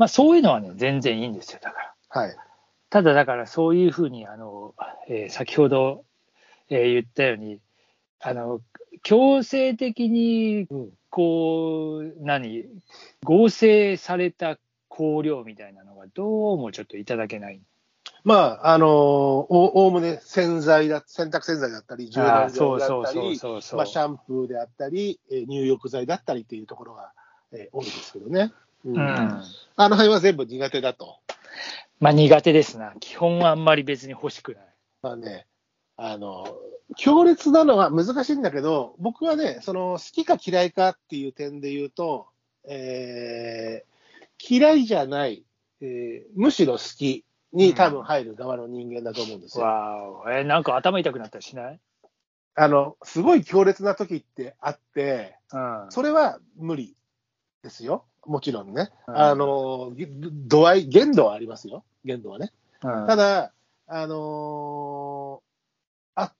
まあそういうのはね、全然いいんですよ、だから。 はい。 ただだからそういうふうに、先ほど、言ったように、強制的に、 うん。 こう、合成された香料みたいなのがどうもちょっといただけない。 まあ、おおむね洗濯洗剤だったり、柔軟剤だったり、まあ、シャンプーであったり、入浴剤だったりっていうところが、多いですけどね。うん。あの辺は全部苦手だと。 まあ苦手ですな。基本はあんまり別に欲しくない。 まあね、強烈なのは難しいんだけど、僕はね、好きか嫌いかっていう点で言うと、嫌いじゃない、むしろ好きに多分入る側の人間だと思うんですよ。 わー、なんか頭痛くなったりしない？ すごい強烈な時ってあって、 うん。 それは無理ですよ。もちろんね。限度はありますよ。限度はね。ただ、あって、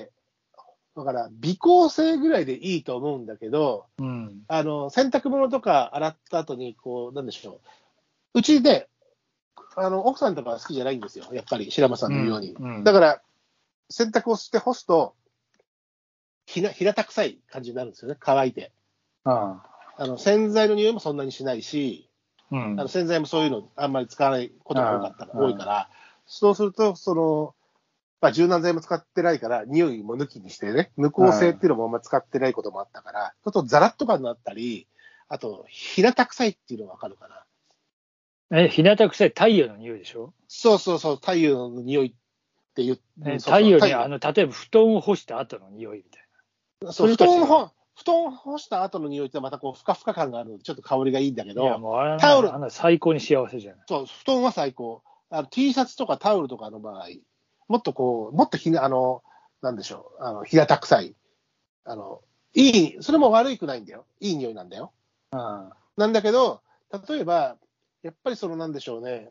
だから、微構成ぐらいでいいと思うんだけど、洗濯物とか洗った後に、こう、なんでしょう。うちで、奥さんとかは好きじゃないんですよ。やっぱり、白間さんの言うように。だから、洗濯をして干すと、平たくさい感じになるんですよね。乾いて。洗剤の匂いもそんなにしないし、洗剤もそういうのあんまり使わないことが多いから、そうすると、まあ、柔軟剤も使ってないから、匂いも抜きにしてね、無香性っていうのもあんまり使ってないこともあったから、ちょっとザラッと感になったり、あと、平たくさいっていうのがわかるかな。 平たくさい太陽の匂いでしょ？ そうそうそう、太陽の匂いって言う。 太陽に、例えば布団を干した後の匂いみたいな。 そう、布団干した後の匂いってまたこう、ふかふか感があるので、ちょっと香りがいいんだけど、 いや、もうタオル、最高に幸せじゃない。 そう、布団は最高。T シャツとかタオルとかの場合、もっとなんでしょう、平たくさい。それも悪くないんだよ。いい匂いなんだよ。なんだけど、例えば、やっぱりなんでしょうね、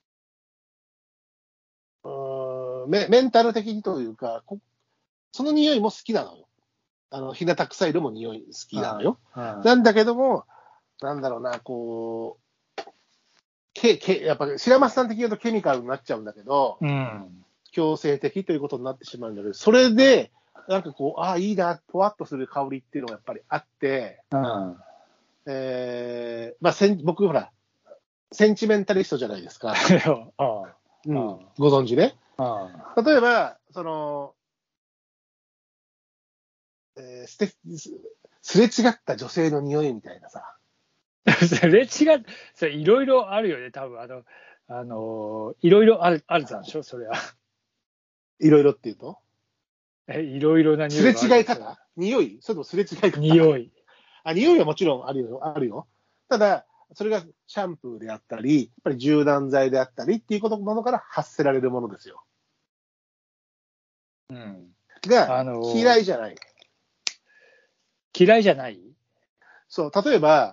メンタル的にというか、その匂いも好きなのよ。平たくさいのも匂い好きなのよ。なんだけども、なんだろうな、こう、やっぱり白松さん的に言うとケミカルになっちゃうんだけど、強制的ということになってしまうんだけど、それで、なんかこう、いいな、ぽわっとする香りっていうのがやっぱりあって、まあ、僕、ほら、センチメンタリストじゃないですか。ご存知ね。例えば、すれ違った女性の匂いみたいなさ。 すれ違っ、それいろいろあるよね、多分いろいろあるじゃんでしょ、それは。 いろいろっていうといろいろな匂い。すれ違い方匂いそれともすれ違い方匂い。 匂いはもちろんあるよ。ただ、それがシャンプーであったり、やっぱり柔軟剤であったりっていうものから発せられるものですよ。が、嫌いじゃない。 嫌いじゃない？ そう、例えば、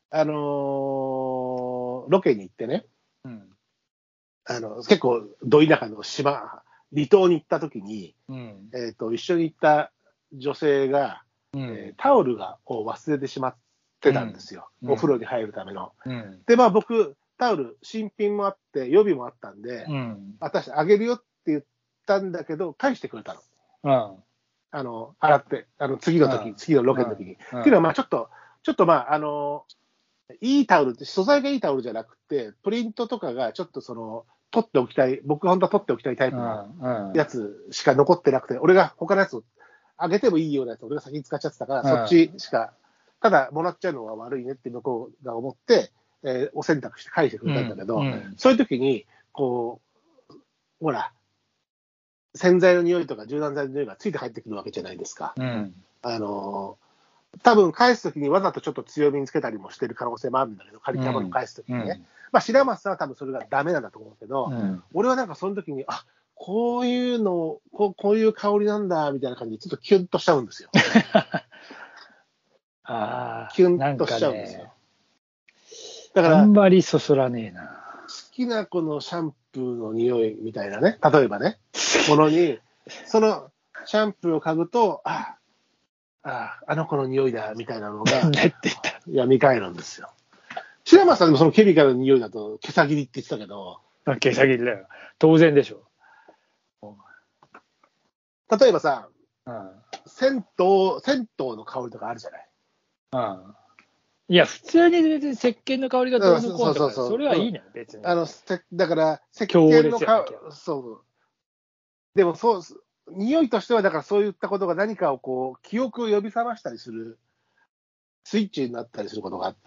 ロケに行ってね、結構、ど田舎の離島に行った時に、一緒に行った女性が、タオルを忘れてしまってたんですよ。お風呂に入るための。で、まあ僕、タオル、新品もあって、予備もあったんで、私、あげるよって言ったんだけど、返してくれたの。洗って、次のロケの時に。っていうのは、まあちょっとまあ、いいタオルって、素材がいいタオルじゃなくて、プリントとかがちょっと取っておきたい、僕が本当は取っておきたいタイプのやつしか残ってなくて、俺が他のやつをあげてもいいようなやつ、俺が先に使っちゃってたから、そっちしか、ただもらっちゃうのは悪いねって向こうが思って、お洗濯して返してくれたんだけど、そういう時に、こう、ほら、洗剤の匂いとか柔軟剤の匂いがついて入ってくるわけじゃないですか。多分返すときにわざとちょっと強めにつけたりもしてる可能性もあるんだけど、借りたものを返すときにね。まあ、白松さんは多分それがダメなんだと思うけど、俺はなんかその時に、こういうの、こういう香りなんだ、みたいな感じで、ちょっとキュンとしちゃうんですよ。キュンとしちゃうんですよ。 だから、あんまりそそらねえな。 好きなこのシャンプーの匂いみたいなね、例えばね、ものに、そのシャンプーを嗅ぐと、あの子の匂いだみたいなのが、いや、未開なんですよ。 白松さんでもそのケミカルの匂いだと毛先切りって言ってたけど。 毛先切りだよ。当然でしょ。 例えばさ、 うん、 銭湯の香りとかあるじゃない。 うん。いや、普通に別に石鹸の香りがどうのこうとか、それはいいね、別に。 だから、石鹸の香り、そう。でもそう、匂いとしては、だからそういったことが何かをこう、記憶を呼び覚ましたりする、スイッチになったりすることがあって、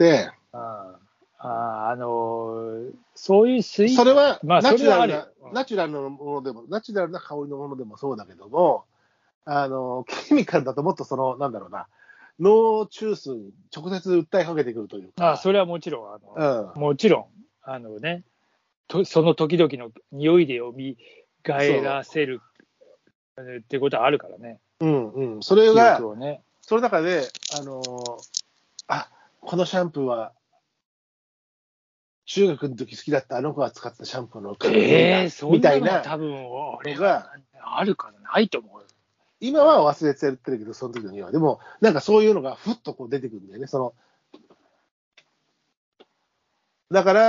そういうスイッチ、 それはまあ、 ナチュラルなものでも、ナチュラルな香りのものでもそうだけども、ケミカルだともっとなんだろうな、脳中枢に直接訴えかけてくるというか。 それはもちろん、もちろん、その時々の匂いで蘇らせるってことはあるからね。 それが、 ね、 その中で、このシャンプーは、中学の時好きだったあの子が使ったシャンプーのみたいな多分俺があるかないと思う。 今は忘れてやってるけど、その時の匂いは。でも、なんかそういうのがふっとこう出てくるんだよね。だから、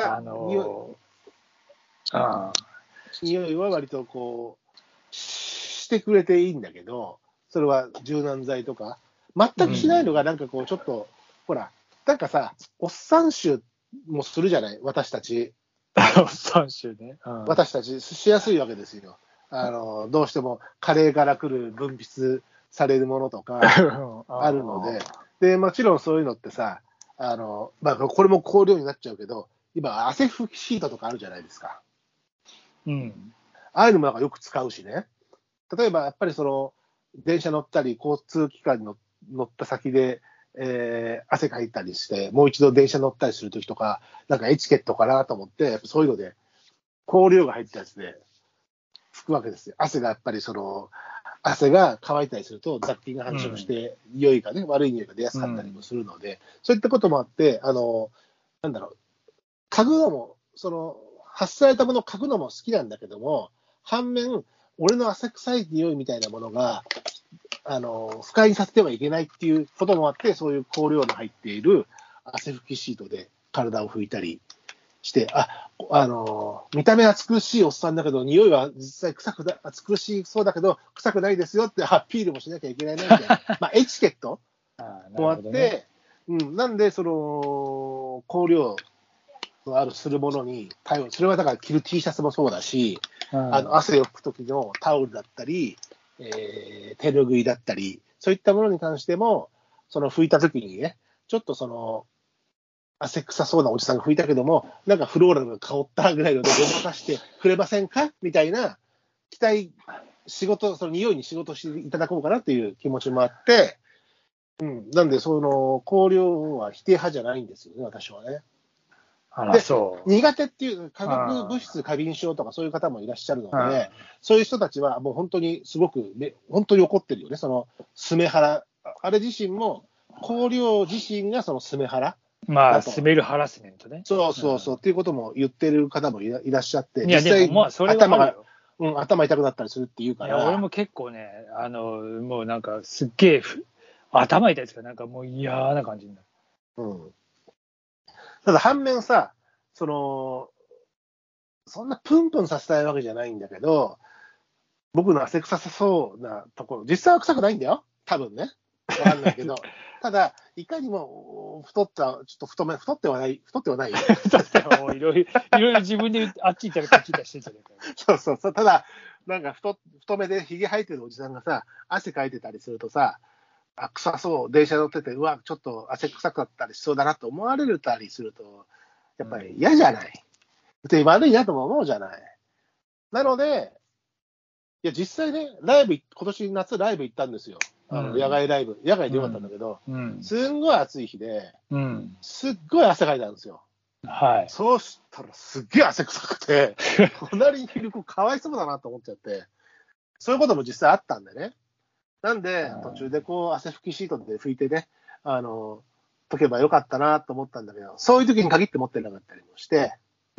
匂いは割とこう、してくれていいんだけど、それは柔軟剤とか、全くしないのがなんかこう、ちょっと、ほら、なんかさ、おっさん臭もするじゃない、私たち。 おっさん臭ね。 私たちしやすいわけですよ。どうしても加齢から来る分泌されるものとかあるので、もちろんそういうのってさ、これも香料になっちゃうけど、今、汗拭きシートとかあるじゃないですか。ああいうのもなんかよく使うしね。例えば、やっぱり電車乗ったり、交通機関に乗った先で、汗かいたりして、もう一度電車乗ったりするときとか、なんかエチケットかなと思って、そういうので、香料が入ったやつで拭くわけですよ。汗がやっぱり汗が乾いたりすると雑菌が繁殖して、匂いがね、悪い匂いが出やすかったりもするので、そういったこともあって、なんだろう、嗅ぐのも、発されたものを嗅ぐのも好きなんだけども、反面、俺の汗臭い匂いみたいなものが、不快にさせてはいけないっていうこともあって、そういう香料の入っている汗拭きシートで体を拭いたりして、見た目は美しいおっさんだけど、匂いは実際美しそうだけど、臭くないですよってアピールもしなきゃいけないなみたいな、エチケットもあって、なんで、香料のあるするものに対応、それはだから着る T シャツもそうだし、汗を拭くときのタオルだったり、手ぬぐいだったり、そういったものに関しても、拭いたときにね、ちょっと汗臭そうなおじさんが拭いたけども、なんかフローラルが香ったぐらいのでごまかしてくれませんかみたいな期待、匂いに仕事していただこうかなっていう気持ちもあって、なんで、香料は否定派じゃないんですよね、私はね。苦手っていう化学物質過敏症とかそういう方もいらっしゃるので、そういう人たちはもう本当にすごく本当に怒ってるよね、スメハラ、あれ自身も香料自身がスメハラ、 スメルハラスメントね。 そうっていうことも言ってる方もいらっしゃって、 実際頭痛くなったりするっていうから。 俺も結構ね、もうなんかすっげえ頭痛いですから、なんかもう嫌な感じになる。 ただ反面さ、そんなプンプンさせたいわけじゃないんだけど、僕の汗臭さそうなところ、実際は臭くないんだよ、多分ね。わかんないけど。ただ、いかにもちょっと太ってはない。 いろいろ自分であっち行ったりこっち行ったりしてんじゃねえか。そう。ただ、なんか太めでひげ生えてるおじさんがさ、汗かいてたりするとさ、臭そう、電車乗ってて、ちょっと汗臭かったりしそうだなと思われたりすると、やっぱり嫌じゃない。で、悪いなとも思うじゃない。なので、いや、実際ね、今年夏ライブ行ったんですよ。野外ライブ。野外でよかったんだけど、すんごい暑い日で、すっごい汗かいたんですよ。そうしたらすっげえ汗臭くて、隣にいる子かわいそうだなと思っちゃって、そういうことも実際あったんでね。なんで、途中で汗拭きシートで拭いてね、溶けばよかったなと思ったんだけど、そういう時に限って持ってなかったりもして、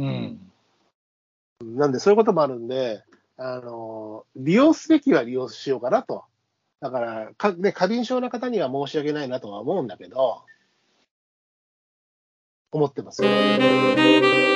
なんでそういうこともあるんで、利用すべきは利用しようかなと。だから、過敏症の方には申し訳ないなとは思うんだけど、 思ってますよ。